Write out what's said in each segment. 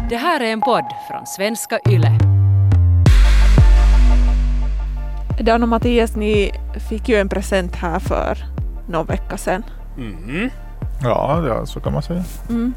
Det här är en podd från Svenska Yle. Dan och Mattias, ni fick ju en present här för någon vecka sedan. Mm. Ja, så kan man säga.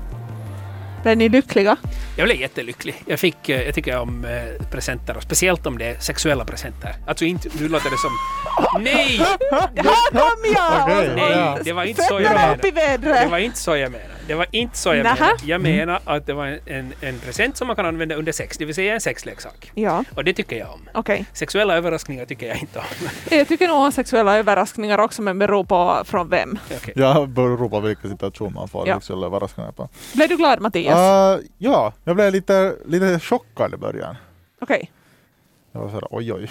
Blev ni lyckliga? Jag blev jättelycklig. Jag tycker om presenter, och speciellt om det är sexuella presenter. Alltså inte, nu låter det som... Nej! Här kom jag! Okej, Nej, det var inte så jag Fötterna upp i menade. vädret! Det var inte så jag menade. Jag menar att det var en present som man kan använda under sex, det vill säga en sexleksak. Ja, Och det tycker jag om. okej. Sexuella överraskningar tycker jag inte om. Jag tycker nog om sexuella överraskningar också, men beror på från vem. Okej. Jag beror på vilken situation man får Ja. sexuella överraskningar på. Blev du glad, Mattias? Ja, jag blev lite chockad i början. Okej. Jag var sådär, oj.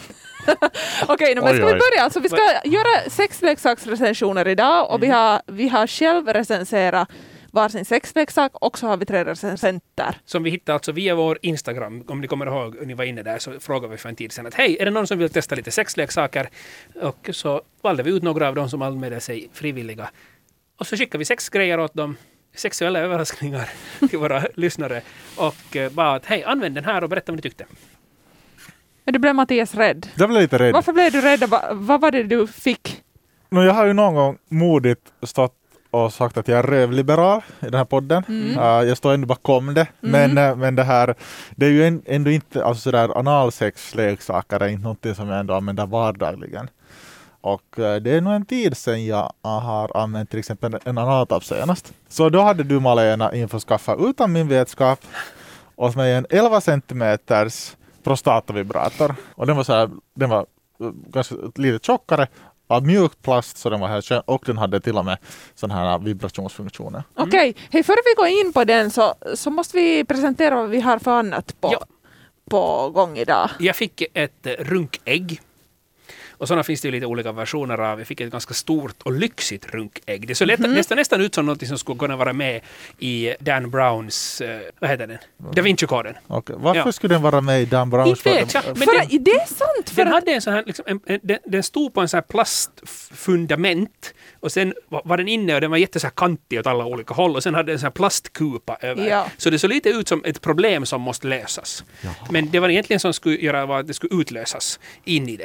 Okej, men ska vi Oj. börja? Alltså, vi ska göra sexleksaksrecensioner idag och vi har själv recenserat varsin sexleksak och så har vi 3 recensenter. Som vi hittade alltså via vår Instagram, om ni kommer ihåg, och ni var inne där, så frågade vi för en tid sedan att hej, är det någon som vill testa lite sexleksaker? Och så valde vi ut några av dem som anmälde sig frivilliga. Och så skickade vi 6 grejer åt dem, sexuella överraskningar till våra lyssnare. Och bara att hej, använd den här och berätta vad ni tyckte. Men du blev Mattias rädd. Jag blev lite rädd. Varför blev du rädd? Vad var det du fick? Jag har ju någon gång modigt stått och sagt att jag är rövliberal i den här podden. Jag står ändå bakom det. Men det här, det är ju ändå inte, alltså sådär analsexleksaker är inte något som jag ändå använder vardagligen. Och det är nog en tid sedan jag har använt till exempel en analtapp senast. Så då hade du, Malena, införskaffat utan min vetskap åt mig en 11 centimeters prostatavibrator. Och den var ganska lite tjockare, av mjukt plast, så den var här skön, och den hade till och med sådana här vibrationsfunktioner. Okej, hej, före vi går in på den så måste vi presentera vad vi har för annat på gång idag. Jag fick ett runkägg. Och sådana finns det ju lite olika versioner av. Jag fick ett ganska stort och lyxigt runkägg. Det såg nästan ut som något som skulle kunna vara med i Dan Browns, vad heter den? Da Vinci-koden. Okay. Varför Ja. skulle den vara med i Dan Browns? Inte vet jag, men Det är sant! För den hade en sån här, liksom, den stod på en sån här plastfundament och sen var den inne och den var jätte så här kantig åt alla olika håll och sen hade den en sån här plastkupa över. Ja. Så det såg lite ut som ett problem som måste lösas. Jaha. Men det var egentligen som skulle göra var att det skulle utlösas in i det.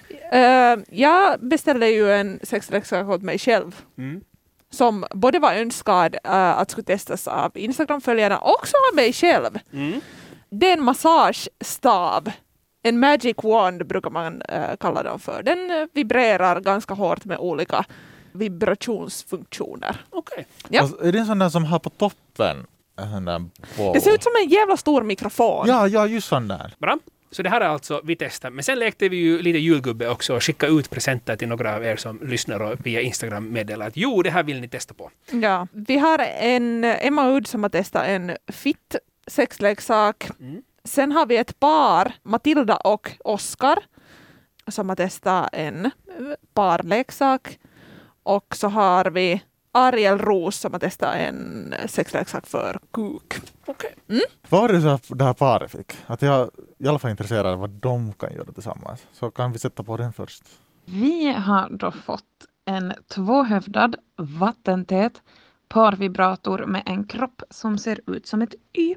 Jag beställde ju en sexleksak åt mig själv. Som både var önskad att skulle testas av Instagram-följarna och också av mig själv. Det är en massagestav. En magic wand brukar man kalla dem för. Den vibrerar ganska hårt med olika vibrationsfunktioner. Okej. Ja. Alltså, är det en sån där som har på toppen? Det ser ut som en jävla stor mikrofon. Ja, just sån där. Bra. Så det här är alltså vi testar. Men sen lekte vi ju lite julgubbe också och skickade ut presenter till några av er som lyssnar och via Instagram meddelar att jo, det här vill ni testa på. Ja. Vi har en Emma Udd som har testat en fit sexleksak. Sen har vi ett par, Matilda och Oskar, som har testat en parleksak. Och så har vi Ariel Ros som har testat en sexleksak för kuk. Okej. Vad var det så det här paret fick? Att jag är i alla fall intresserad av vad de kan göra tillsammans. Så kan vi sätta på den först. Vi har då fått en 2-hövdad vattentät parvibrator med en kropp som ser ut som ett Y.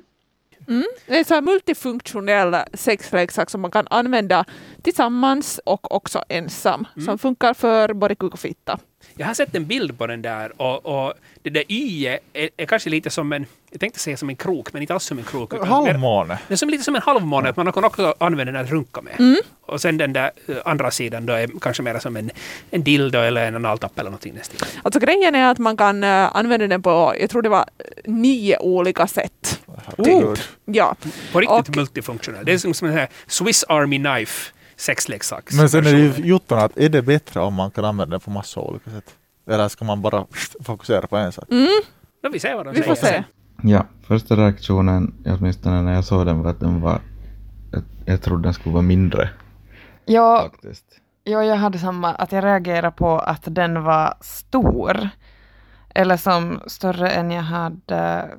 Det är en så här multifunktionell sexleksak som man kan använda tillsammans och också ensam. Som funkar för både kuk och fitta. Jag har sett en bild på den där och det där Y är kanske lite som en, jag tänkte säga som en krok, men inte alls som en krok. Halvmåne. Det är som lite som en halvmåne, att man kan också använda den att runka med. Och sen den där andra sidan då är kanske mer som en dildo eller en analtapp eller någonting nästan. Alltså grejen är att man kan använda den på, jag tror det var 9 olika sätt. Herregud. Ja. På riktigt Och- multifunktionell. Det är som en här Swiss Army Knife sexleksak. Men sen är det ju Jutton att är det bättre om man kan använda den på massa olika sätt? Eller ska man bara fokusera på en sak? Då vi ser vad de Vi får säger. se. Ja, första reaktionen, åtminstone när jag såg den, var att den var... Jag trodde den skulle vara mindre, Ja, faktiskt. jag hade samma, att jag reagerade på att den var stor. Eller som större än jag hade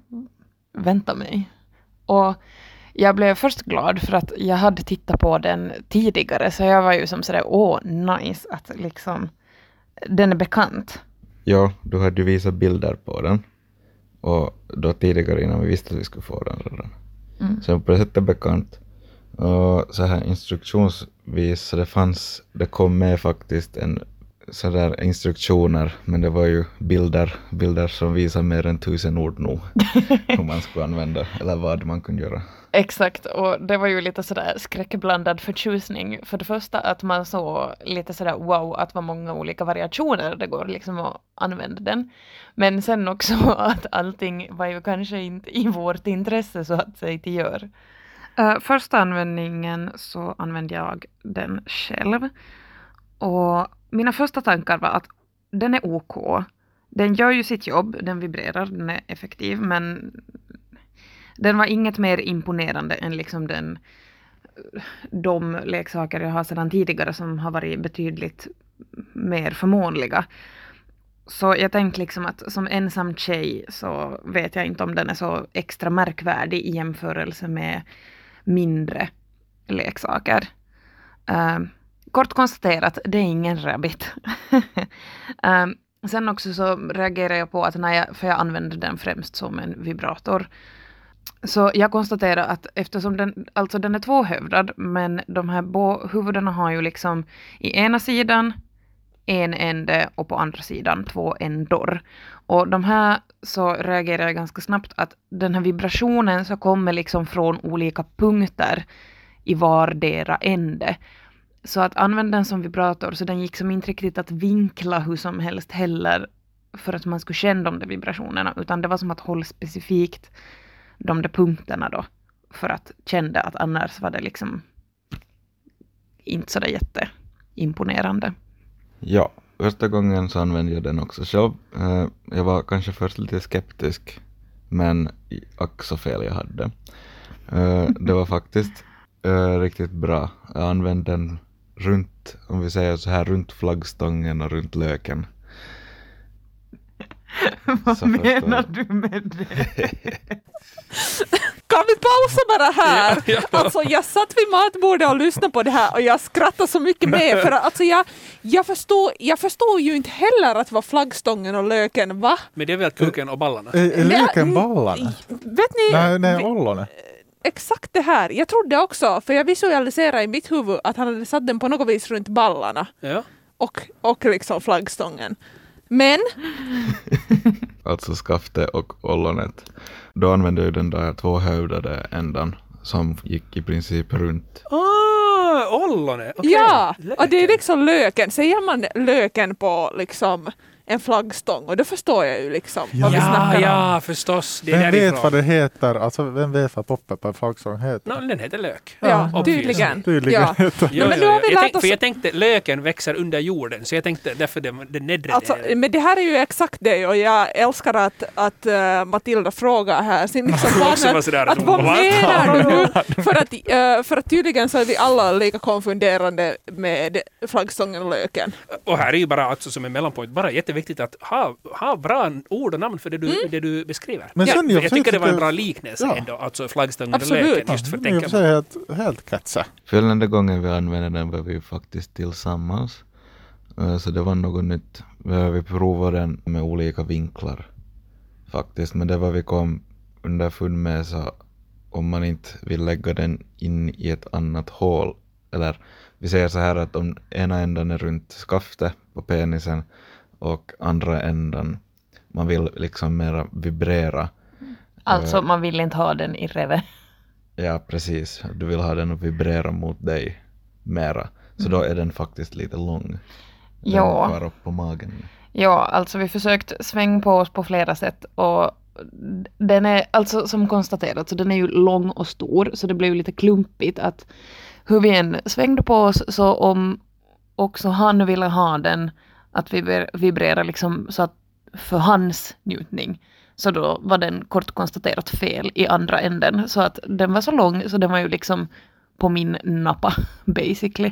väntat mig. Och jag blev först glad för att jag hade tittat på den tidigare. Så jag var ju som sådär, nice att liksom den är bekant. Ja, du hade ju visat bilder på den. Och då tidigare innan vi visste att vi skulle få den redan. Så på det sättet bekant. Och så här instruktionsvis så det kom med faktiskt en så där instruktioner, men det var ju bilder som visar mer än 1000 ord nog hur man skulle använda eller vad man kunde göra. Exakt, och det var ju lite sådär skräckblandad förtjusning. För det första att man såg lite sådär wow, att vad många olika variationer det går liksom att använda den. Men sen också att allting var ju kanske inte i vårt intresse så att säga till gör. Första användningen så använde jag den själv. Och mina första tankar var att den är OK. Den gör ju sitt jobb, den vibrerar, den är effektiv, men den var inget mer imponerande än liksom de leksaker jag har sedan tidigare som har varit betydligt mer förmånliga. Så jag tänkte liksom att som ensam tjej så vet jag inte om den är så extra märkvärdig i jämförelse med mindre leksaker. Kort konstaterat, det är ingen rabbit. Sen också så reagerar jag på att för jag använder den främst som en vibrator. Så jag konstaterar att eftersom den är tvåhövdad, men de här huvudena har ju liksom i ena sidan en ände och på andra sidan 2 ändor. Och de här så reagerar jag ganska snabbt att den här vibrationen så kommer liksom från olika punkter i vardera ände. Så att använda den som vibrator, så den gick som inte riktigt att vinkla hur som helst heller för att man skulle känna de där vibrationerna, utan det var som att hålla specifikt de där punkterna då för att känna att annars var det liksom inte så där jätteimponerande. Ja, första gången så använde jag den också själv. Jag var kanske först lite skeptisk, men ack så fel jag hade. Det var faktiskt riktigt bra. Jag använde den runt, om vi säger så här, runt flaggstången och runt löken. Vad menar du med det? Kan vi pausa bara här? Alltså jag satt vid matbordet och lyssnade på det här och jag skrattade så mycket med för att alltså jag förstår ju inte heller att vad flaggstången och löken va? Men det är väl kuken och ballarna? Är löken ballarna? Vet ni? Nej, ollonen. Exakt det här. Jag trodde också, för jag visualiserade i mitt huvud att han hade satt den på något vis runt ballarna. Ja. Och liksom flaggstången. Men Alltså skaftet och ollonet. Då använde jag den där tvåhövdade ändan som gick i princip runt. Ollone! Okay. ja, Löken. och det är liksom löken. Säger man löken på liksom en flaggstång och då förstår jag ju liksom vad vi snackar om. Ja, förstås. Det är Vem därifrån. vet vad det heter? Alltså vem vet vad poppe på en flaggstång heter? No, den heter lök. Ja, Obviously. tydligen. Ja. Jo, men då har vi lärt oss... För jag tänkte löken växer under jorden, så jag tänkte därför den nedre Alltså, delen. men det här är ju exakt det och jag älskar att Matilda frågar här sin liksom också var sådär, att vad menar du nu? För att tydligen så är vi alla lika konfunderande med flaggstången och löken. Och här är ju bara alltså, som en mellanpunkt, bara jätteviktigt att ha bra ord och namn för det du beskriver. Men sen jag tycker det var en bra liknelse ändå, alltså flaggstången och Absolut. löken, just för att Jag tänka får på. säga helt katsa. Följande gången vi använde den var vi faktiskt tillsammans. Så det var något nytt. Vi provade den med olika vinklar faktiskt. Men det var vi kom underfund med, så om man inte vill lägga den in i ett annat hål. Eller vi säger så här att om ena ändan är runt skaftet på penisen och andra ändan man vill liksom mera vibrera. Alltså man vill inte ha den i reve. Ja, precis. Du vill ha den att vibrera mot dig mera. Så då är den faktiskt lite lång. Ja. Kvar upp på magen. Ja, alltså vi försökt svänga på oss på flera sätt och den är, alltså som konstaterat, så den är ju lång och stor, så det blev lite klumpigt att hur vi än svängde på oss, så om också han ville ha den att vibrera liksom så att för hans njutning, så då var den kort konstaterat fel i andra änden, så att den var så lång så den var ju liksom på min nappa basically.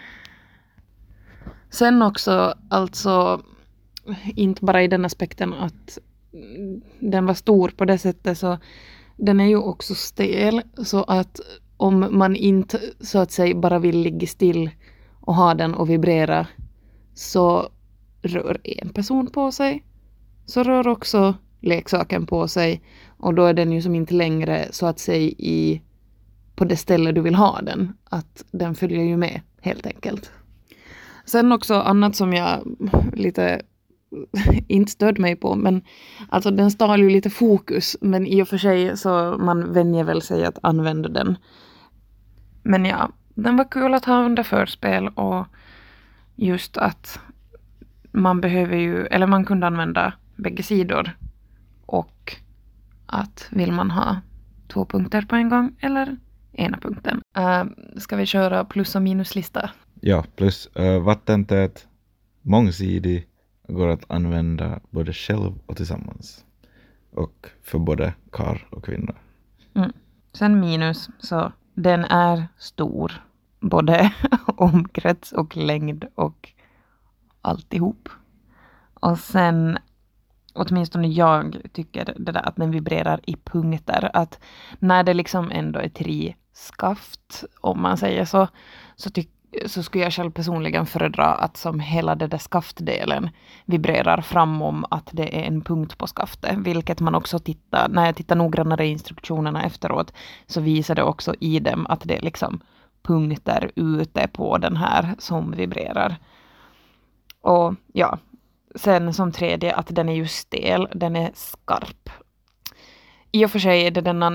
Sen också alltså inte bara i den aspekten att den var stor på det sättet, så den är ju också stel, så att om man inte så att säga bara vill ligga still och ha den och vibrera, så rör en person på sig, så rör också leksaken på sig, Och då är den ju som inte längre så att säga på det ställe du vill ha den. Att den följer ju med helt enkelt. Sen också annat som jag lite inte stöd mig på, men alltså den stal ju lite fokus, men i och för sig så man vänjer väl sig att använda den. Men ja, den var kul att ha under förspel och just att man behöver ju, eller man kunde använda bägge sidor och att vill man ha 2 punkter på en gång eller ena punkten. Ska vi köra plus- och minuslista? Ja, plus vattentät, mångsidig, går att använda både själv och tillsammans. Och för både karl och kvinnor. Sen minus, så den är stor. Både omkrets och längd och alltihop. Och sen, åtminstone jag tycker det där att den vibrerar i punkter. Att när det liksom ändå är 3 skaft, om man säger så skulle jag själv personligen föredra att som hela det där skaftdelen vibrerar framom att det är en punkt på skaftet. Vilket man också när jag tittar noggrannare i instruktionerna efteråt så visar det också i dem att det är liksom punkter ute på den här som vibrerar. Och ja, sen som tredje att den är ju stel, den är skarp. I och för sig är det denna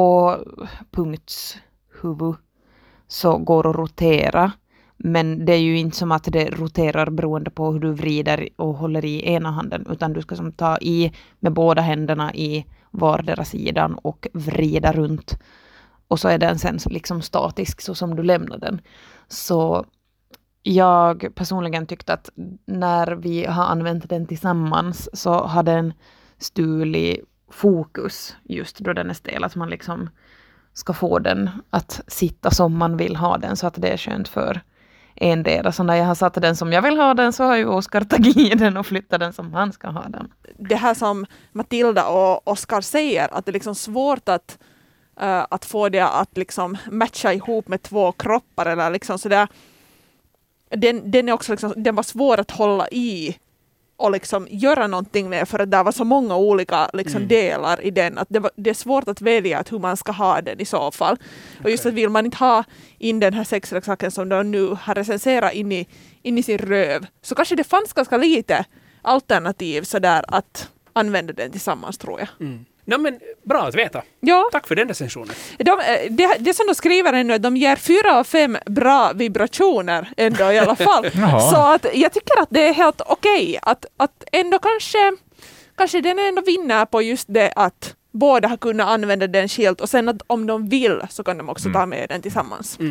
2-punktshuvud så går att rotera. Men det är ju inte som att det roterar beroende på hur du vrider och håller i ena handen. Utan du ska som ta i med båda händerna i vardera sidan och vrida runt. Och så är den sen liksom statisk så som du lämnar den. Så jag personligen tyckte att när vi har använt den tillsammans så har den stulig fokus just då den är stel. Att man liksom ska få den att sitta som man vill ha den så att det är skönt för en del. Så när jag har satt den som jag vill ha den så har ju Oskar tagit i den och flyttat den som han ska ha den. Det här som Matilda och Oskar säger, att det är liksom svårt att få det att liksom matcha ihop med 2 kroppar eller liksom sådär. Den är också liksom, den var svår att hålla i och liksom göra någonting med för att det var så många olika liksom delar i den att det är svårt att välja hur man ska ha den i så fall. Och just att vill man inte ha in den här sexleksaken som de nu har recenserat in i sin röv så kanske det fanns ganska lite alternativ sådär att använda den tillsammans tror jag. No, men bra att veta. Ja. Tack för den recensionen. Det som de skriver är nu att de ger 4 av 5 bra vibrationer ändå i alla fall. Så att jag tycker att det är helt okej. Att ändå kanske den ändå vinner på just det att båda har kunnat använda den skilt och sen att om de vill så kan de också ta med den tillsammans.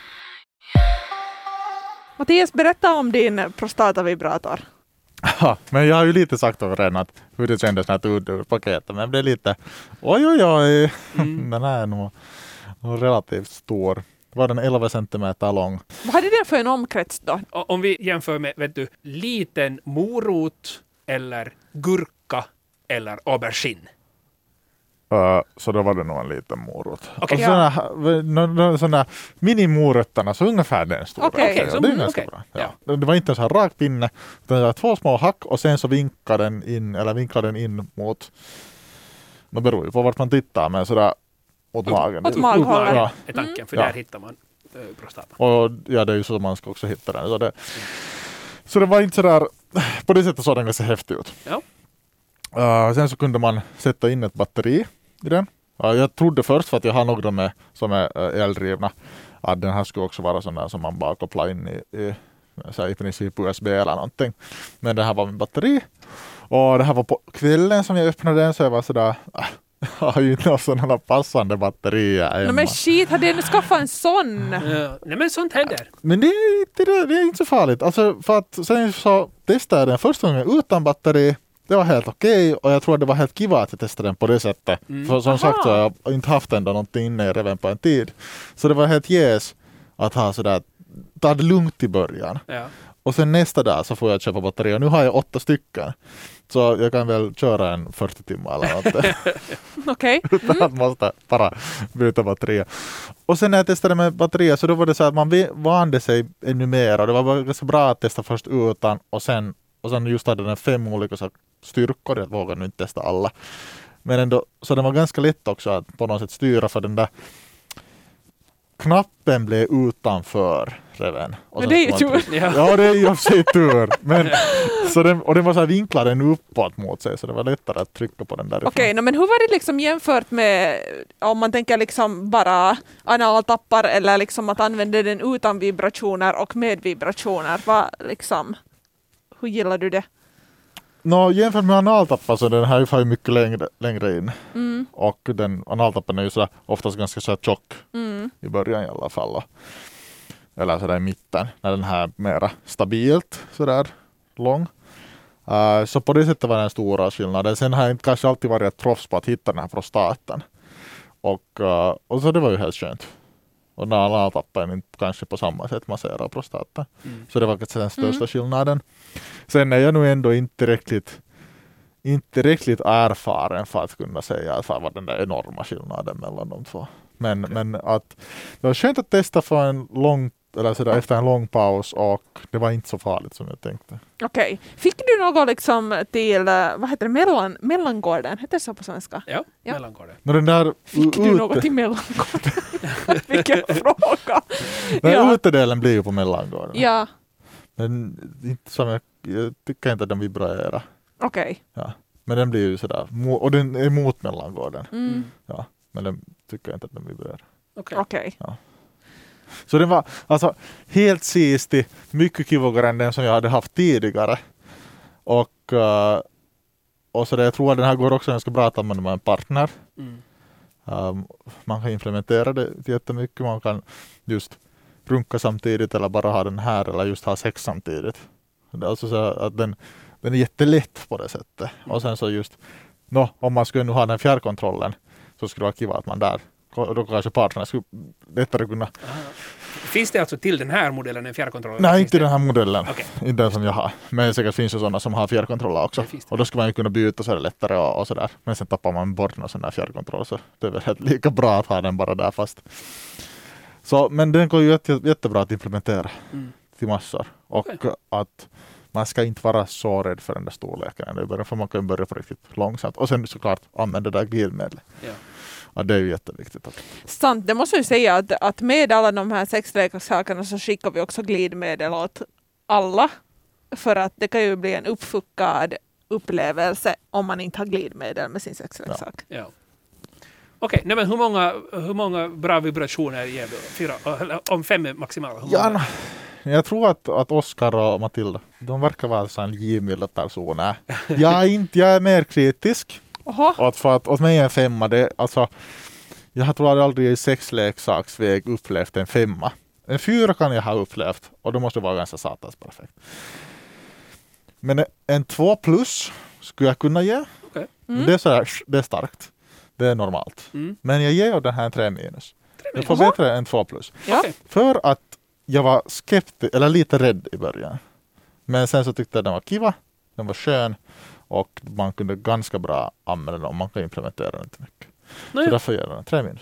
Mattias, berätta om din prostatavibrator. Ja, men jag har ju lite sagt över redan att hur det kändes när jag tog ur paketet. Men det är lite, oj. Den är nog relativt stor. Var den 11 centimeter lång. Vad hade den för en omkrets då? Om vi jämför med, liten morot eller gurka eller aubergine. Så då var det nog en liten morot. Okay, och sådana mini-morötterna, så ungefär den stora. Okej, det är ganska bra. Ja. Det var inte en sån här rak pinne, utan det var 2 små hack och sen så vinklar den in mot, det beror ju på vart man tittar, men sådär åt magen. Åt maghållet. Ja. Är tanken, för där hittar man prostatan. Och ja, det är ju så man ska också hitta den. Så det var inte sådär, på det sättet såg den ganska häftig ut. Ja. Sen så kunde man sätta in ett batteri i den. Jag trodde först, för att jag har några som är eldrivna, att den här skulle också vara sån där som man bara kopplar in i princip USB eller någonting. Men det här var med batteri. Och det här var på kvällen som jag öppnade den, så jag var sådär, jag har ju inte några sådana passande batterier. Men shit, hade du skaffat en sån? Nej, men sånt händer. Men det är inte så farligt. Alltså, för att sen så testade jag den första gången utan batteri. Det var helt okej, och jag tror att det var helt kiva att jag testade den på det sättet. För som sagt så har jag inte haft ändå någonting inne i reven på en tid. Så det var helt att ha sådär, ta det lugnt i början. Ja. Och sen nästa dag så får jag köpa batterier. Nu har jag 8 stycken. Så jag kan väl köra en 40 timmar eller något. Okej. Utan att måste bara byta batterier. Och sen när jag testade med batterier så då var det så att man vande sig ännu mer. Och det var ganska bra att testa först utan och sen just hade den 5 olika styrkor. Jag vågar nu inte testa alla. Men ändå, så det var ganska lätt också att på något sätt styra, för den där knappen blev utanför reven. Men det är ju tur. Ja, det är ju också tur. Men, och den var så här vinklad den uppåt mot sig, så det var lättare att trycka på den där. Okej, men hur var det liksom jämfört med om man tänker liksom bara analtappar eller liksom att använda den utan vibrationer och med vibrationer? Hur gillar du det? Jämfört med analtappar så den här är ju mycket längre in. Och den analtappen är ju så oftast ganska så tjock i början i alla fall. Eller så där i mitten, när den här är mera stabilt så där lång. Så på det sättet var den stora skillnaden. Sen har jag inte kanske alltid varit ett proffs på att hitta den här prostaten. Och så det var ju helt skönt. Och när analtappen inte kanske på samma sätt masserar prostaten. Så det var kanske den största skillnaden. Sen är jag nog ändå inte riktigt erfaren för att kunna säga att vad den där enorma skillnaden mellan de två. Men att det var skönt att testa efter en lång paus, och det var inte så farligt som jag tänkte. Okej. Fick du något liksom till, vad heter det, mellangården? Heter det så på svenska? Ja. Mellangården. Fick du något till mellangården? Vilken fråga! Utedelen blir ju på mellangården. Ja. Men inte som jag tycker inte att den vibrerar. Okej. Ja. Men den blir ju sådär, och den är mot mellangården. Ja. Men den tycker jag inte att den vibrerar. Okej. Ja. Så den var alltså helt sistig, mycket kivogare än den som jag hade haft tidigare. Och så jag tror att den här går också ganska bra att använda med en partner. Man kan implementera det jättemycket. Man kan just runka samtidigt eller bara ha den här eller just ha sex samtidigt. Det är alltså så att den är jättelätt på det sättet. Och sen så just, om man skulle nu ha den fjärrkontrollen så skulle det vara kiva att man där, då kanske partnerna skulle lättare kunna. Finns det alltså till den här modellen en fjärrkontroll? Nej, inte den här modellen. Okay. Inte den som jag har. Men säkert finns det sådana som har fjärrkontroller också. Och då skulle man ju kunna byta så det lättare och sådär. Men sen tappar man bort någon sån där fjärrkontroll, så det är väl helt lika bra att ha den bara där fast. Så, men den går ju jättebra att implementera till massor. Och att man ska inte vara så rädd för den där storleken. För man kan börja på riktigt långsamt. Och sen såklart använda det där glidmedlet. Ja, det är ju jätteviktigt. Sant, det måste jag säga att med alla de här sexleksakerna så skickar vi också glidmedel åt alla. För att det kan ju bli en uppfuckad upplevelse om man inte har glidmedel med sin sexleksak. Ja. Okej, men hur många bra vibrationer ger du? 4, om 5 är maximala? Jag tror att Oskar och Matilda, de verkar vara så en givmilda personer. Jag är mer kritisk. Och för att åt mig en 5, jag tror aldrig i sexleksaksväg upplevt en 5. En 4 kan jag ha upplevt, och då måste det vara ganska satans perfekt. Men en 2+ skulle jag kunna ge. Okay. Det är starkt. Det är normalt. Men jag ger den här en 3-. Jag får bättre än 2+. Ja. För att jag var skeptisk, eller lite rädd i början. Men sen så tyckte jag den var kiva, den var skön. Och man kunde ganska bra använda den, och man kan implementera den inte mycket. Så därför ger den 3-.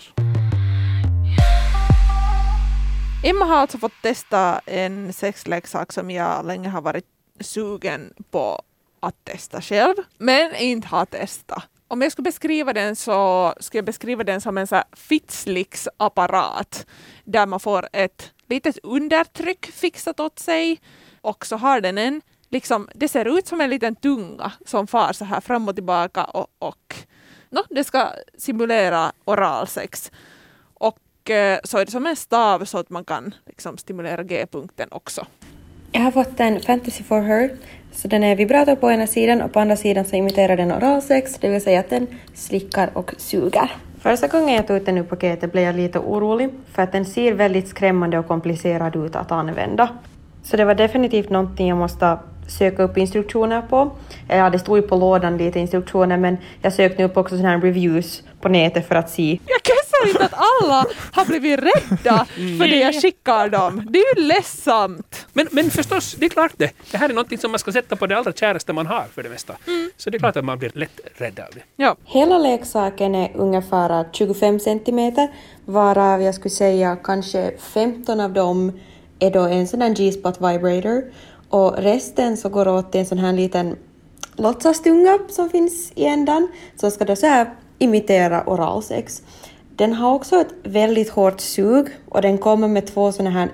Emma har alltså fått testa en sexleksak som jag länge har varit sugen på att testa själv. Men inte har testat. Om jag skulle beskriva den så skulle jag beskriva den som en så här Fitzlix-apparat. Där man får ett litet undertryck fixat åt sig. Och så har den en det ser ut som en liten tunga som far så här fram och tillbaka och det ska simulera oralsex. Och så är det som en stav så att man kan stimulera G-punkten också. Jag har fått en Fantasy for Her, så den är vibrator på ena sidan och på andra sidan så imiterar den oralsex, det vill säga att den slickar och suger. Första gången jag tog ut den ur paketet blev jag lite orolig för att den ser väldigt skrämmande och komplicerad ut att använda. Så det var definitivt någonting jag måste söka upp instruktioner på. Det stod ju på lådan lite instruktioner, men jag sökte upp också sådana här reviews på nätet för att se. Jag kissar inte att alla har blivit rädda för det jag skickar dem. Det är ju ledsamt. Men förstås, det är klart det. Det här är någonting som man ska sätta på det allra käraste man har för det mesta. Så det är klart att man blir lätt rädd av det. Ja. Hela leksaken är ungefär 25 centimeter, varav jag skulle säga kanske 15 av dem är då en sån här G-spot vibrator. Och resten så går åt till en sån här liten låtsastunga som finns i ändan. Så ska då så här imitera oralsex. Den har också ett väldigt hårt sug och den kommer med 2 såna här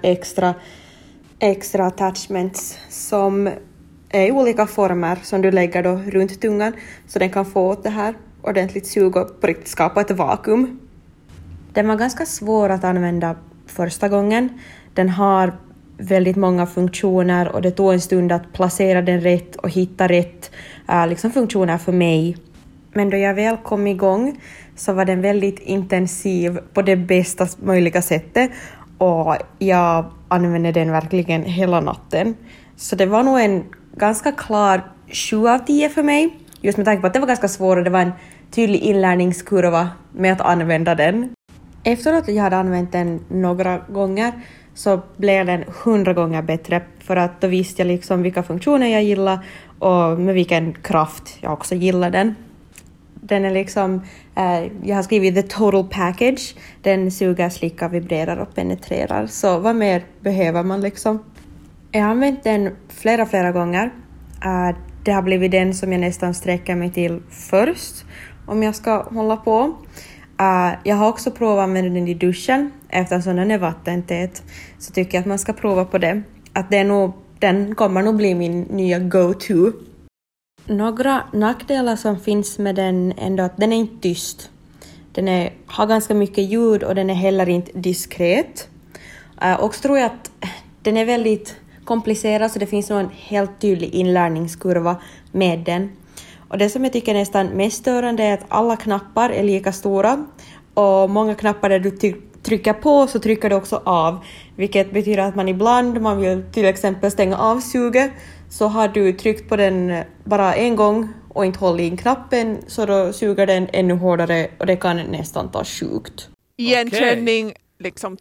extra attachments som är i olika former som du lägger då runt tungan så den kan få åt det här ordentligt sug och på riktigt skapa ett vakuum. Den var ganska svår att använda första gången. Den har väldigt många funktioner och det tog en stund att placera den rätt och hitta rätt liksom funktioner för mig. Men då jag väl kom igång så var den väldigt intensiv på det bästa möjliga sättet och jag använde den verkligen hela natten. Så det var nog en ganska klar 7 av 10 för mig. Just med tanke på att det var ganska svårt och det var en tydlig inlärningskurva med att använda den. Efter att jag hade använt den några gånger så blev den 100 gånger bättre för att då visste jag liksom vilka funktioner jag gillar och med vilken kraft jag också gillar den. Den är liksom, jag har skrivit the total package. Den suger, slickar, vibrerar och penetrerar. Så vad mer behöver man liksom? Jag har använt den flera gånger. Det har blivit den som jag nästan sträcker mig till först om jag ska hålla på. Jag har också provat att använda den i duschen eftersom den är vattentät. Så tycker jag att man ska prova på det. Att den kommer nog bli min nya go-to. Några nackdelar som finns med den ändå att den är inte tyst. Den har ganska mycket ljud och den är heller inte diskret. Och så tror jag att den är väldigt komplicerad så det finns nog en helt tydlig inlärningskurva med den. Och det som jag tycker är nästan mest störande är att alla knappar är lika stora. Och många knappar där du trycker på så trycker du också av. Vilket betyder att man ibland, man vill till exempel stänga av suget. Så har du tryckt på den bara en gång och inte hållit in knappen så då suger den ännu hårdare och det kan nästan ta sjukt. Igenkänning liksom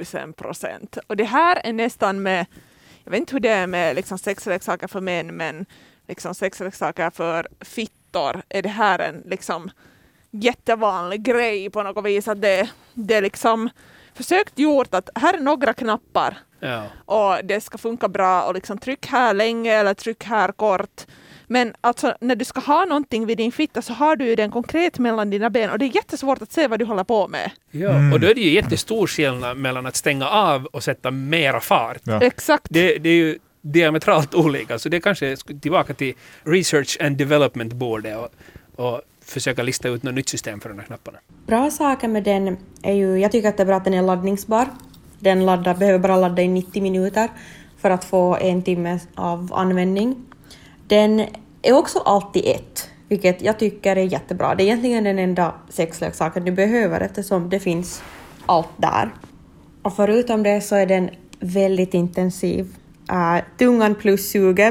1000%. Och det här är nästan med, jag vet inte hur det är med liksom sexleksaker för män, men liksom sexleksaker för fittor är det här en liksom jättevanlig grej på något vis att det är liksom försökt gjort att här är några knappar. Ja. Och det ska funka bra och liksom tryck här länge eller tryck här kort. Men alltså när du ska ha någonting vid din fitta så har du ju den konkret mellan dina ben och det är jättesvårt att se vad du håller på med. Ja, och då är det ju jättestor skillnad mellan att stänga av och sätta mera fart. Ja. Exakt. Det är ju diametralt olika, så det kanske är tillbaka till research and development bordet och försöka lista ut något nytt system för de här knapparna. Bra saker med den är ju, jag tycker att det är bra att den är laddningsbar. Den behöver bara ladda i 90 minuter för att få 1 timme av användning. Den är också alltid ett, vilket jag tycker är jättebra. Det är egentligen den enda sexleksaken du behöver eftersom det finns allt där. Och förutom det så är den väldigt intensiv. Tungan plus suget,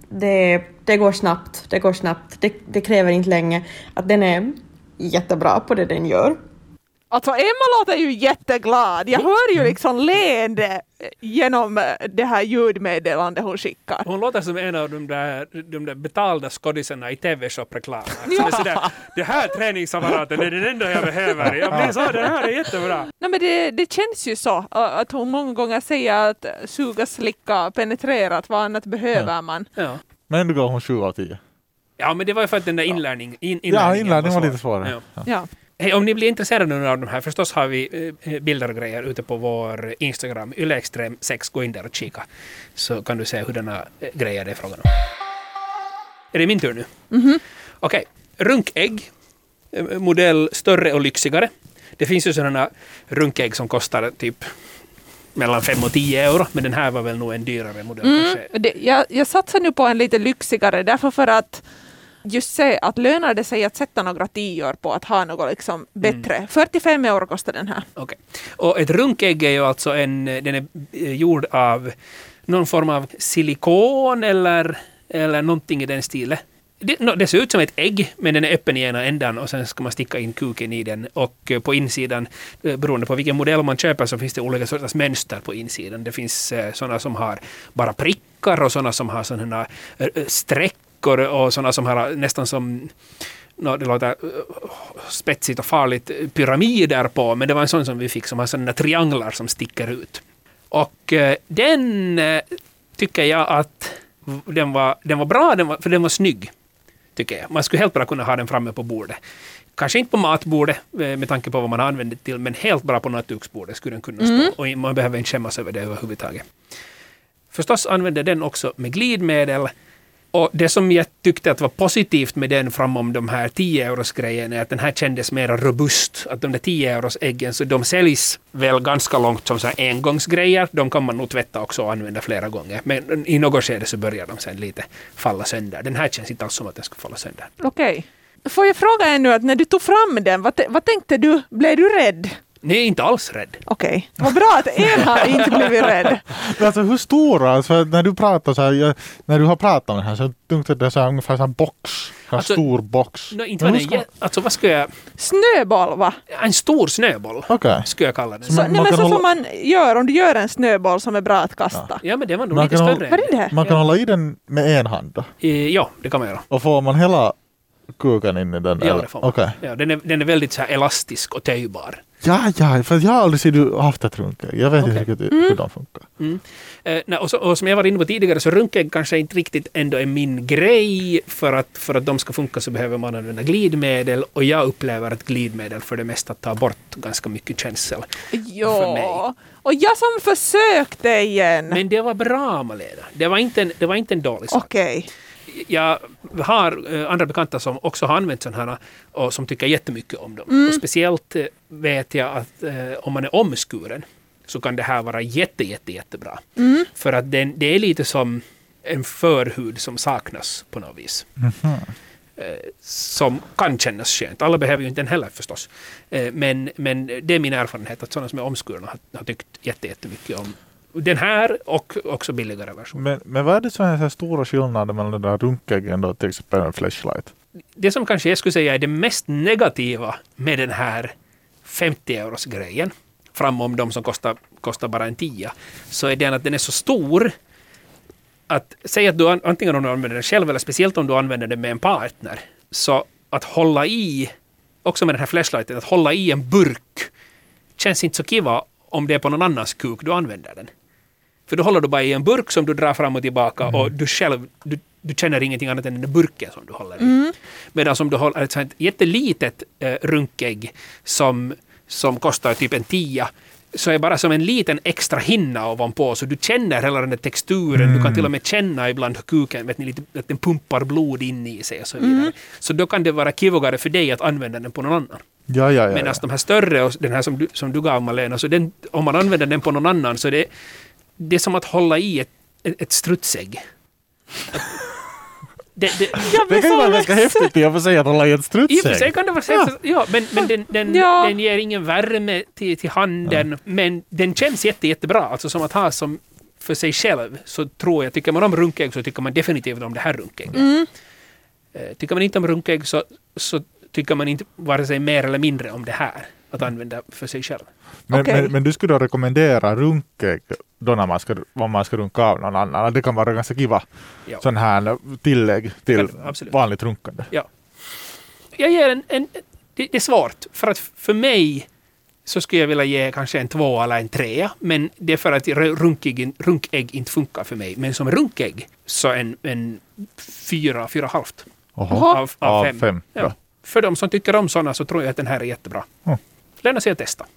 det går snabbt. Det kräver inte länge. Att den är jättebra på det den gör. Alltså Emma låter ju jätteglad. Jag hör ju liksom leende genom det här ljudmeddelandet hon skickar. Hon låter som en av de där betalda skådisarna i TV-shop-reklamer. Ja. Det här träningsapparaten är den enda jag behöver. Jag blir så, det här är jättebra. Nej, men det känns ju så att hon många gånger säger att suga, slicka, penetrera, vad annat behöver man. Ja. Men ändå gav hon 7 av 10. Ja, men det var ju för att den där inlärningen var lite svårare. Ja. Hey, om ni blir intresserade av de här, förstås har vi bilder och grejer ute på vår Instagram, ylextrem6, gå in där och kika. Så kan du se hur denna grejer det är frågan om. Är det min tur nu? Mm-hmm. Okej, runkägg, modell större och lyxigare. Det finns ju sådana runkägg som kostar typ mellan 5 och 10 euro, men den här var väl nog en dyrare modell kanske. Jag satsar nu på en lite lyxigare, därför för att just se att lönar det sig att sätta några 10 på att ha något liksom bättre. 45 euro kostar den här. Okej. Och ett runkägg är ju alltså den är gjord av någon form av silikon eller någonting i den stilen. Det ser ut som ett ägg, men den är öppen i ena ändan och sen ska man sticka in kuken i den. Och på insidan, beroende på vilken modell man köper, så finns det olika sorters mönster på insidan. Det finns sådana som har bara prickar och sådana som har sådana streck och sådana som har nästan som, det låter spetsigt och farligt, pyramider på, men det var en sån som vi fick som har sådana trianglar som sticker ut. Och den tycker jag att den var bra, för den var snygg, tycker jag. Man skulle helt bara kunna ha den framme på bordet. Kanske inte på matbordet med tanke på vad man använder till, men helt bra på nattduksbordet skulle den kunna stå. Och man behöver inte skämmas över det överhuvudtaget. Förstås använder den också med glidmedel. Och det som jag tyckte att var positivt med den framom de här 10-euros-grejen är att den här kändes mer robust. Att de där 10-euros-äggen, så de säljs väl ganska långt som så här engångsgrejer. De kan man nog tvätta också och använda flera gånger. Men i något skede så börjar de sen lite falla sönder. Den här känns inte alls som att den skulle falla sönder. Okej. Får jag fråga ännu att när du tog fram den, vad tänkte du? Blev du rädd? Nej, inte alls rädd. Okej. Vad bra att en har inte blivit rädd. Men alltså hur stora, alltså, när du pratar så här, när du har pratat om det här så tänkte det är så här, ungefär en box. En stor box. Inte alltså vad ska jag... Snöboll, va? En stor snöboll, skulle jag kalla den. Så får man göra, om du gör en snöboll som är bra att kasta. Ja, men det var nog lite större. Vad är det? Man kan hålla i den med en hand då? Ja, det kan man göra. Och får man hela kuken in i den? Ja, det får man. Okay. Ja, den är väldigt så här elastisk och töjbar. Ja, för jag har aldrig sett du haft ett runkägg. Jag vet inte riktigt hur de funkar. Och som jag var inne på tidigare så runkägg kanske inte riktigt ändå är min grej. För att de ska funka så behöver man använda glidmedel. Och jag upplever att glidmedel för det mesta tar bort ganska mycket känsel för mig. Och jag som försökte igen. Men det var bra, Malena. Det var inte en dålig sak. Okej. Jag har andra bekanta som också har använt sådana här och som tycker jättemycket om dem. Och speciellt vet jag att om man är omskuren så kan det här vara jättebra. För att det är lite som en förhud som saknas på något vis. Som kan kännas skönt. Alla behöver ju inte den heller förstås. Men det är min erfarenhet att sådana som är omskurna har tyckt jättemycket om den här och också billigare version. Men vad är det som är så stora skillnader mellan den där runkäggen och till exempel en flashlight? Det som kanske jag skulle säga är det mest negativa med den här 50-euros-grejen framom de som kostar bara en 10, så är det att den är så stor att säga att du antingen om du använder den själv eller speciellt om du använder den med en partner, så att hålla i, också med den här flashlighten, att hålla i en burk känns inte så kiva om det är på någon annans kuk du använder den. För då håller du bara i en burk som du drar fram och tillbaka och du själv, du känner ingenting annat än den burken som du håller i. Medan om du håller ett jättelitet runkägg som kostar typ en 10, så är bara som en liten extra hinna ovanpå, så du känner hela den där texturen. Du kan till och med känna ibland hur kuken, vet ni, lite, att den pumpar blod in i sig och så vidare. Så då kan det vara kivogare för dig att använda den på någon annan. Ja. Medan de här större och den här som du gav, Malena, så om man använder den på någon annan så det är som att hålla i ett strutsägg. Det kan ju vara ganska häftigt i och för sig att hålla i ett strutsägg. I och för sig kan det vara häftigt. Ja, men den ger ingen värme till handen. Men den känns jättebra. Alltså som att ha som för sig själv, så tror jag, tycker man om runkägg så tycker man definitivt om det här runkägget. Tycker man inte om runkägg så tycker man inte vare sig mer eller mindre om det här att använda för sig själv. Men du skulle då rekommendera runkägg då när man ska runka av någon annan? Det kan vara ganska kiva sån här tillägg till vanligt runkande. Ja. Jag ger det är svårt. För att för mig så skulle jag vilja ge kanske en 2 eller en 3. Men det är för att runkägg inte funkar för mig. Men som runkägg så en 4,5 av 5. Ja. För de som tycker om sådana så tror jag att den här är jättebra. Lämna sig att testa.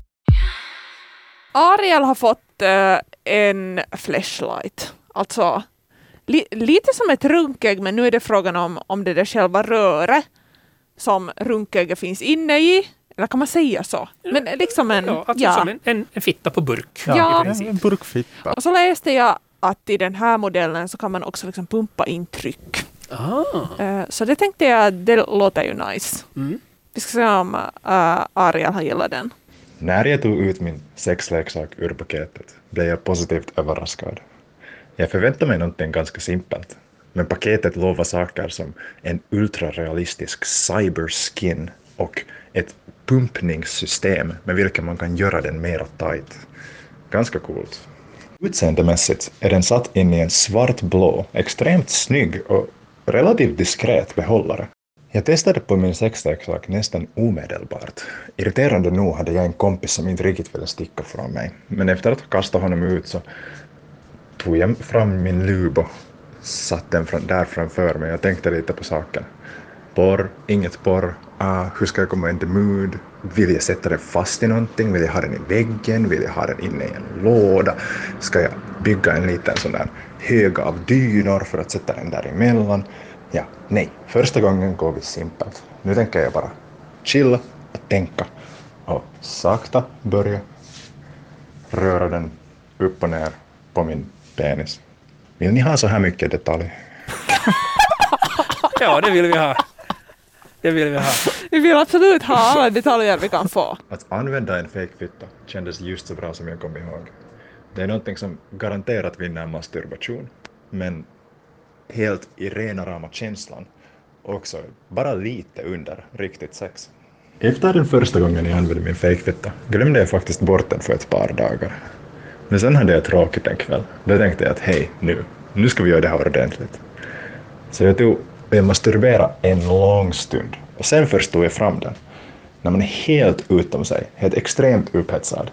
Ariel har fått en flashlight. Alltså lite som ett runkägg, men nu är det frågan om det där själva röret som runkägget finns inne i. Eller kan man säga så? Men liksom som en fitta på burk. Ja. En burkfitta. Och så läste jag att i den här modellen så kan man också liksom pumpa in tryck. Så det tänkte jag, det låter ju nice. Vi ska se om Ariel har gillat den. När jag tog ut min sexleksak ur paketet blev jag positivt överraskad. Jag förväntade mig någonting ganska simpelt, men paketet lovar saker som en ultrarealistisk cyberskin och ett pumpningssystem med vilket man kan göra den mera tight. Ganska coolt. Utseendemässigt är den satt in i en svartblå, extremt snygg och relativt diskret behållare. Jag testade på min sexleksak nästan omedelbart. Irriterande nog hade jag en kompis som inte riktigt ville sticka från mig. Men efter att ha kastat honom ut så tog jag fram min lub och satt den där framför mig och tänkte lite på saken. porr, inget porr. Hur ska jag komma in the mood? Vill jag sätta den fast i någonting? Vill jag ha den i väggen? Vill jag ha den inne i en låda? Ska jag bygga en liten sån där hög av dynor för att sätta den där emellan? Ja, nej. Första gången går vi simpelt. Nu tänker jag bara chilla och tänka och sakta börja röra den upp och ner på min penis. Vill ni ha så här mycket detalj? Ja, det vill vi ha. Det vill vi ha. Vi vill absolut ha alla detaljer vi kan få. Att använda en fejkfitta kändes just så bra som jag kom ihåg. Det är någonting som garanterat vinner masturbation, men helt i rena rama känslan. Också bara lite under riktigt sex. Efter den första gången jag använde min fejkfitta glömde jag faktiskt bort den för ett par dagar. Men sen hade jag tråkigt en kväll. Då tänkte jag att hej, nu ska vi göra det här ordentligt. Så jag masturberade en lång stund. Och sen förstod jag fram den. När man är helt utom sig, helt extremt upphetsad,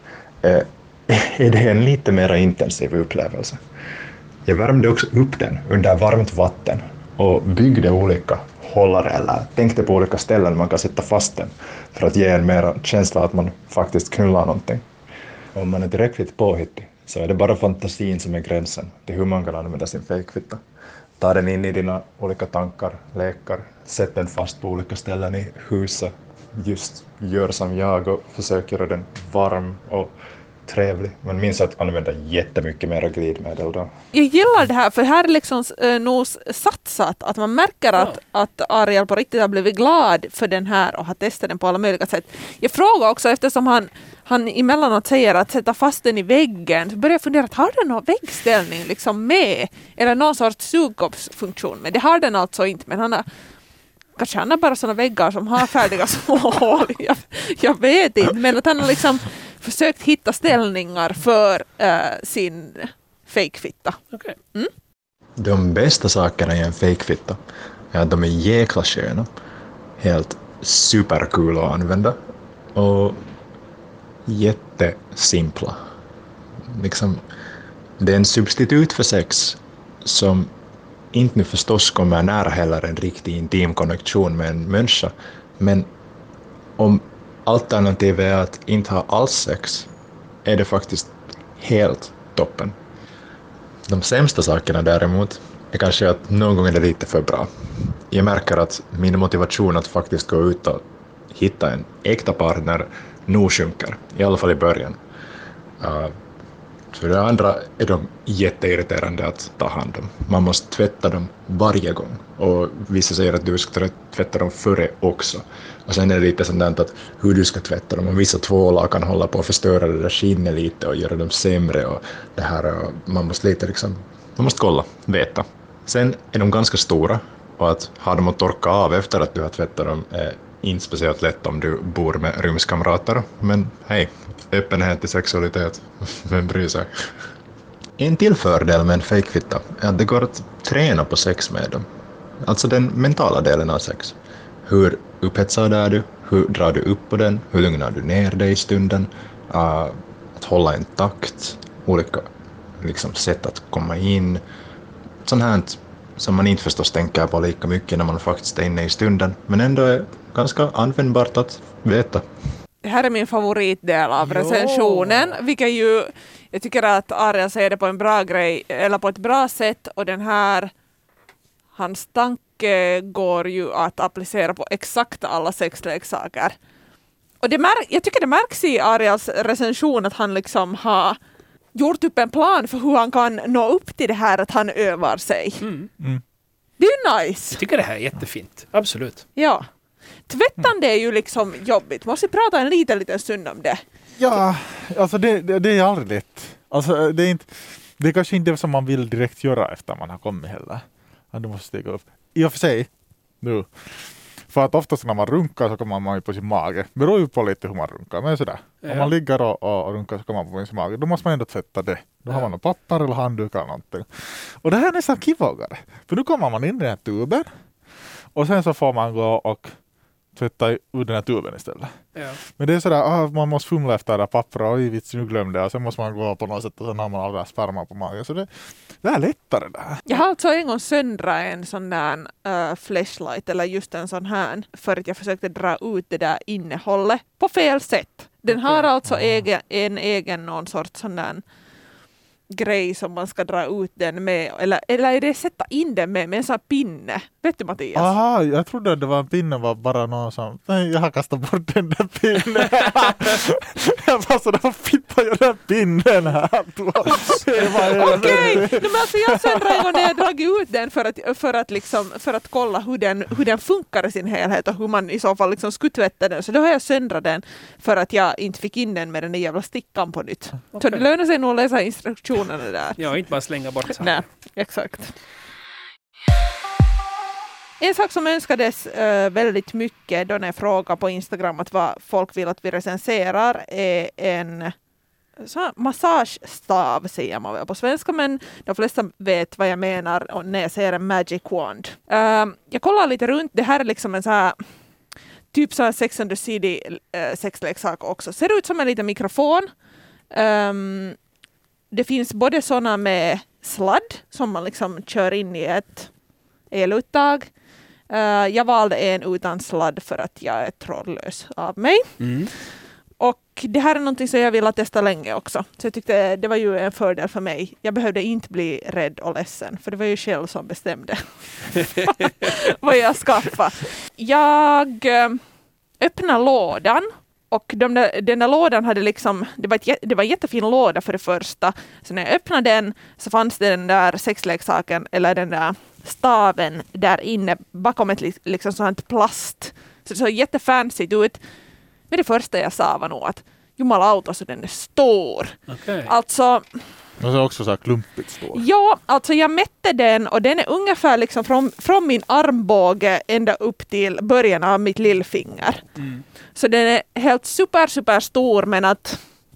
är det en lite mer intensiv upplevelse. Jag värmde också upp den under varmt vatten och byggde olika hållare eller tänkte på olika ställen man kan sätta fast den för att ge en mer känsla att man faktiskt knullar någonting. Om man är tillräckligt påhittig så är det bara fantasin som är gränsen till hur man kan använda sin fejkfitta. Ta den in i dina olika tankar, lekar, sätt den fast på olika ställen i huset. Just gör som jag och försök göra den varm och trevlig. Man minns att använda jättemycket mer glidmedel då. Jag gillar det här, för här är liksom nog satsat att man märker att Ariel på riktigt har blivit glad för den här och har testat den på alla möjliga sätt. Jag frågar också, eftersom han emellanåt säger att sätta fast den i väggen, så börjar jag fundera att har den någon väggställning liksom med? Eller någon sorts sugkoppsfunktion med? Det har den alltså inte, men kanske han har bara sådana väggar som har färdiga små hål. Jag vet inte, men att han har liksom försökt hitta ställningar för sin fejkfitta. Okay. Mm? De bästa sakerna i en fejkfitta är att de är jäkla sköna. Helt superkul att använda. Och jättesimpla. Liksom, det är en substitut för sex som inte nu förstås kommer nära heller en riktig intim konnektion med en människa. Men om alternativet är att inte ha alls sex är det faktiskt helt toppen. De sämsta sakerna däremot är kanske att någon gång är det lite för bra. Jag märker att min motivation att faktiskt gå ut och hitta en äkta partner nog sjunker, i alla fall i början. För det andra är de jätteirriterande att ta hand om. Man måste tvätta dem varje gång. Och vissa säger att du ska tvätta dem före också. Och sen är det lite sådant att hur du ska tvätta dem. Och vissa tvålar kan hålla på att förstöra det där skinnet lite och göra dem sämre. Och det här, man måste lite liksom, man måste kolla, veta. Sen är de ganska stora. Och att ha dem att torka av efter att du har tvättat dem är inte speciellt lätt om du bor med rumskamrater. Men hej, öppenhet till sexualitet. Vem bryr sig? En till fördel med en fejkfitta är att det går att träna på sex med dem. Alltså den mentala delen av sex. Hur upphetsad är du? Hur drar du upp på den? Hur lugnar du ner dig i stunden? Att hålla en takt. Olika liksom, sätt att komma in. Sånt här som man inte förstås tänker på lika mycket när man faktiskt är inne i stunden. Men ändå är ganska användbart att veta. Det här är min favoritdel av recensionen, vilket ju, jag tycker att Ariel säger det på en bra grej, eller på ett bra sätt, och den här, hans tanke går ju att applicera på exakt alla sexleksaker. Och jag tycker det märks i Ariels recension att han liksom har gjort upp en plan för hur han kan nå upp till det här att han övar sig. Mm. Mm. Det är ju nice. Jag tycker det här är jättefint, absolut. Ja. Tvättande är ju liksom jobbigt. Måste vi prata en liten stund om det? Ja, alltså det är aldrig lätt. Alltså det är kanske inte det som man vill direkt göra efter man har kommit heller. Du måste stiga upp. I och för sig, nu. För att oftast när man runkar så kommer man ju på sin mage. Beror ju på lite hur man runkar. Men sådär. Ja. Om man ligger och runkar så kommer man på sin mage. Då måste man ändå tvätta det. Då har man något papper eller handduk eller någonting. Och det här är nästan kivågare. För nu kommer man in i den här tuben. Och sen så får man gå och tvätta ur den här tuben istället. Ja. Men det är sådär, man måste fumla efter det där pappret, oj vits, nu glömde jag, och sen måste man gå på något sätt och sen har man alla sperma på magen. Så det är lättare där. Jag har alltså en gång söndrat en sån där flashlight eller just en sån här för att jag försökte dra ut det där innehållet på fel sätt. Den har alltså en egen någon sorts sån där grej som man ska dra ut den med, eller är det sätta in den med en sån här pinne? Vet du, Mattias? Aha, jag trodde att det var en pinne, var bara någon som, nej jag har kastat bort den där pinnen. Jag bara sådär, vad fittar jag den pinnen här? Okej, men alltså jag söndrar en gång när jag dragit ut den för att kolla hur den funkar i sin helhet och hur man i så fall liksom skulle tvätta den. Så då har jag söndrat den för att jag inte fick in den med den där jävla stickan på nytt. Så det lönar sig nog att läsa instruktionerna där. Ja, inte bara slänga bort saker. Nej, exakt. En sak som önskades väldigt mycket då när jag frågade på Instagram att vad folk vill att vi recenserar är en massagestav, säger man väl på svenska, men de flesta vet vad jag menar när jag säger en magic wand. Jag kollar lite runt, det här är liksom en så här typ så här Sex and the City sexleksak också. Ser ut som en liten mikrofon. Det finns både sådana med sladd som man liksom kör in i ett eluttag. Jag valde en utan sladd för att jag är trådlös av mig. Mm. Och det här är någonting som jag vill testa länge också. Så jag tyckte det var ju en fördel för mig. Jag behövde inte bli rädd och ledsen. För det var ju själv som bestämde vad jag skaffade. Jag öppnade lådan. Och den där lådan hade liksom, det var en jättefin låda för det första. Så när jag öppnade den så fanns det den där sexleksaken eller den där staven där inne bakom ett liksom sånt plast. Så det såg jättefancyt ut. Men det första jag sa var nog att jumalauta så den är stor. Okay. Alltså... Och så också så här klumpigt stor. Ja, alltså jag mätte den och den är ungefär liksom från min armbåge ända upp till början av mitt lillfinger. Mm. Så den är helt super stor, men att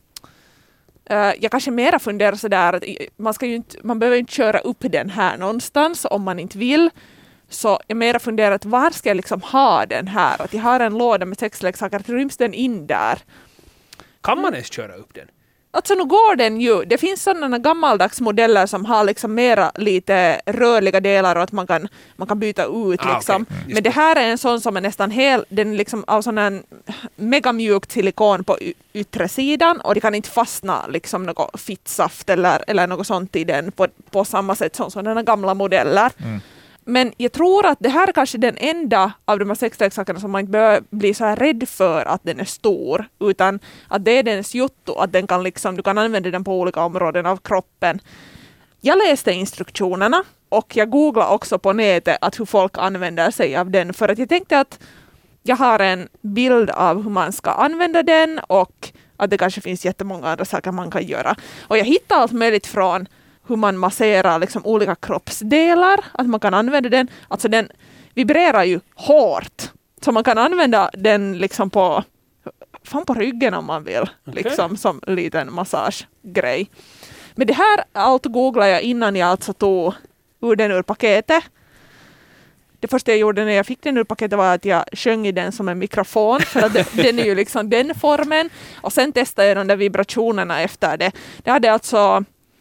jag kanske mera funderar sådär att man behöver inte köra upp den här någonstans om man inte vill. Så jag mera funderar att var ska jag liksom ha den här? Att jag har en låda med sexleksaker, att ryms den in där? Kan man ens köra upp den? Alltså nu går den ju. Det finns sådana gammaldags modeller som har liksom mera lite rörliga delar och att man kan byta ut liksom. Okay. Men det här är en sån som är nästan den liksom av sån här megamjukt silikon på yttre sidan och det kan inte fastna liksom något fittsaft eller något sånt i den på samma sätt som sådana gamla modeller. Mm. Men jag tror att det här är kanske den enda av de här sexleksakerna som man inte behöver bli så här rädd för att den är stor, utan att det är dens jotto, att den kan liksom, du kan använda den på olika områden av kroppen. Jag läste instruktionerna och jag googlade också på nätet att hur folk använder sig av den, för att jag tänkte att jag har en bild av hur man ska använda den och att det kanske finns jättemånga andra saker man kan göra. Och jag hittade allt möjligt från hur man masserar liksom olika kroppsdelar, att man kan använda den. Alltså den vibrerar ju hårt. Så man kan använda den liksom på ryggen om man vill. Okay. Liksom som en liten massagegrej. Men det här allt googlade jag innan jag alltså tog den ur paketet. Det första jag gjorde när jag fick den ur paketet var att jag sjöng i den som en mikrofon. För att den är ju liksom den formen. Och sen testade jag de där vibrationerna efter det. Det hade alltså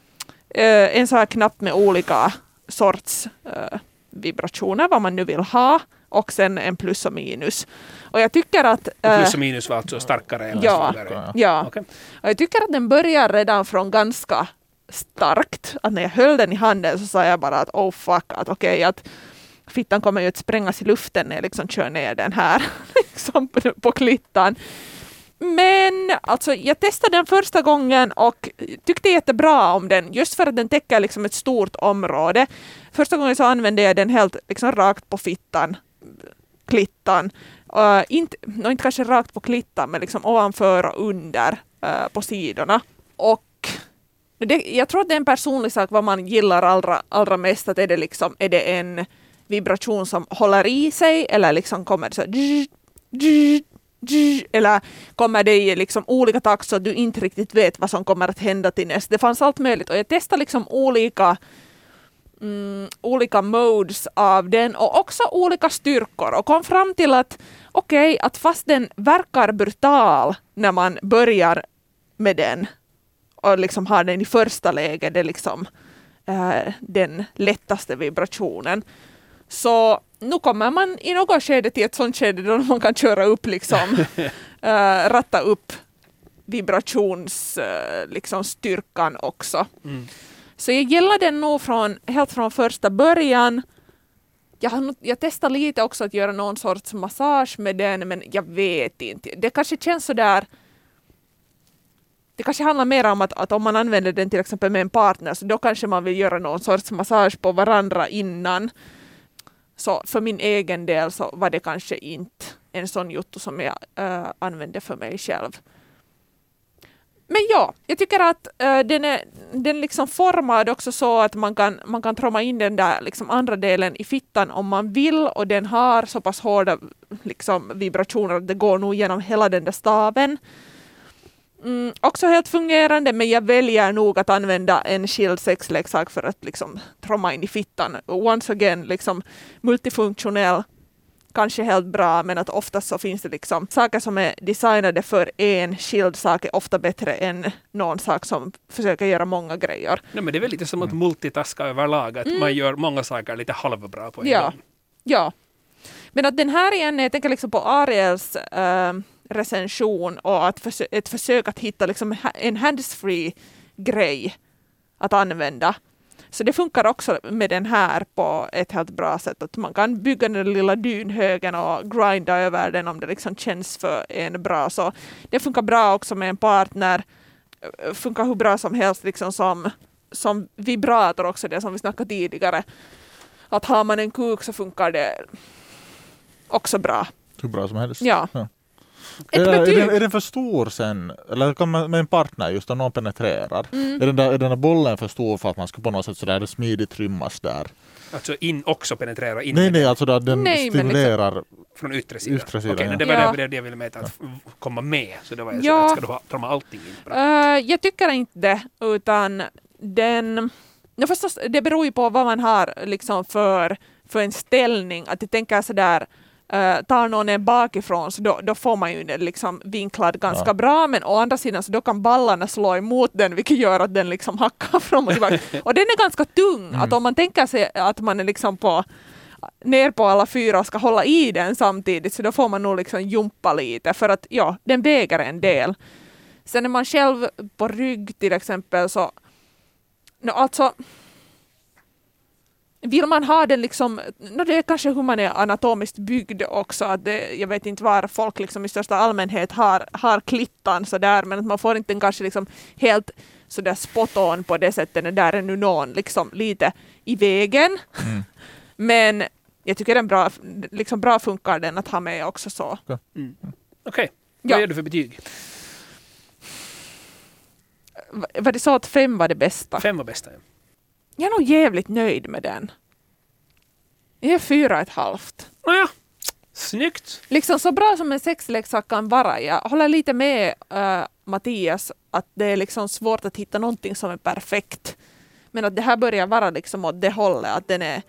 en sån här knapp med olika sorts vibrationer, vad man nu vill ha, och sen en plus och minus. Och jag tycker att... plus och minus var alltså starkare eller svagare? Ja. Okay. Och jag tycker att den börjar redan från ganska starkt. Att när jag höll den i handen så sa jag bara att oh fuck, att okej, att fittan kommer ju att sprängas i luften när jag liksom kör ner den här liksom på klittan. Men alltså, jag testade den första gången och tyckte jättebra om den. Just för att den täcker liksom ett stort område. Första gången så använde jag den helt liksom rakt på fittan, klittan. Inte kanske rakt på klittan, men liksom ovanför och under på sidorna. Och jag tror att det är en personlig sak vad man gillar allra mest. Att är det en vibration som håller i sig eller liksom kommer så eller kommer det i liksom olika takt så att du inte riktigt vet vad som kommer att hända till näst. Det fanns allt möjligt och jag testade liksom olika olika modes av den och också olika styrkor och kom fram till att att fast den verkar brutal när man börjar med den och liksom har den i första läget, det är liksom den lättaste vibrationen. Så nu kommer man i något skede till ett sånt skede då man kan köra upp liksom ratta upp vibrations liksom styrkan också. Så jag gillar den nog helt från första början. Jag testar lite också att göra någon sorts massage med den, men jag vet inte. Det kanske känns så där. Det kanske handlar mer om att om man använder den till exempel med en partner, så då kanske man vill göra någon sorts massage på varandra innan. Så för min egen del så var det kanske inte en sån jotto som jag använde för mig själv. Men ja, jag tycker att den liksom formad också så att man kan tromma in den där liksom andra delen i fittan om man vill, och den har så pass hårda liksom vibrationer att det går nog genom hela den där staven. Också helt fungerande, men jag väljer nog att använda en skild sexleksak för att liksom tromma in i fittan. Once again, liksom multifunktionell, kanske helt bra, men att oftast så finns det liksom saker som är designade för en skild sak är ofta bättre än någon sak som försöker göra många grejer. Nej, men det är väl lite som att multitaska överlag, att man gör många saker lite halvbra på en gång. Ja. Men att den här igen, jag tänker liksom på Ariels recension och ett försök att hitta liksom en hands-free grej att använda. Så det funkar också med den här på ett helt bra sätt. Att man kan bygga den lilla dynhögen och grinda över den om det liksom känns för en bra. Så det funkar bra också med en partner. Funkar hur bra som helst liksom som vibrator också, det som vi snackade tidigare. Att har man en kuk så funkar det också bra. Hur bra som helst. Ja. Är den för stor sen? Eller kan man med en partner just om någon penetrerar? Är den där bollen för stor för att man ska på något sätt sådär smidigt rymmas där? Alltså också penetrera in? Nej, alltså där den stimulerar liksom, från yttre sidan. Okej, ja. Det var det jag ville mäta, att komma med. Så det var så att ska du tromma allting in? Jag tycker inte det, utan den... Ja, förstås, det beror ju på vad man har liksom för en ställning. Att jag tänker sådär, tar någon en bakifrån så då får man ju den liksom vinklad ganska bra, men å andra sidan så då kan ballarna slå emot den, vilket gör att den liksom hackar fram och tillbaka. Och den är ganska tung, att om man tänker sig att man är liksom ner på alla fyra och ska hålla i den samtidigt, så då får man nog liksom jumpa lite, för att den väger en del. Sen är man själv på rygg till exempel, så alltså vill man ha den liksom, det är kanske hur man är anatomiskt byggd också, att jag vet inte var folk liksom i största allmänhet har klittan så där, men att man får inte kanske liksom helt så där spot on på det sättet, där är nu någon liksom lite i vägen. Men jag tycker den bra funkar den att ha med också så. Okej. Vad gör du för betyg? Var det så att 5 var det bästa? 5 var bästa, ja. Jag är nog jävligt nöjd med den. Jag är 4,5. Nåja, snyggt. Liksom så bra som en sexleksak kan vara. Jag håller lite med Mattias att det är liksom svårt att hitta någonting som är perfekt. Men att det här börjar vara liksom åt det hållet, att den är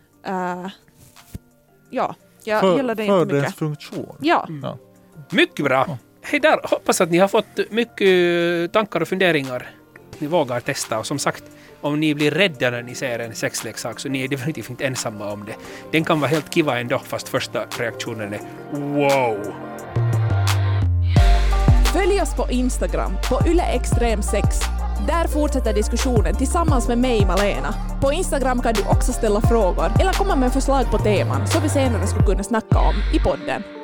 jag gillar det inte mycket. För dess funktion. Ja. Mycket bra. Hej där, hoppas att ni har fått mycket tankar och funderingar. Ni vågar testa, och som sagt, om ni blir rädda när ni ser en sexleksak så ni är definitivt inte ensamma om det. Den kan vara helt kiva ändå, fast första reaktionen är wow. Följ oss på Instagram på ylextrem6. Där fortsätter diskussionen tillsammans med mig, Malena. På Instagram kan du också ställa frågor eller komma med förslag på teman som vi senare skulle kunna snacka om i podden.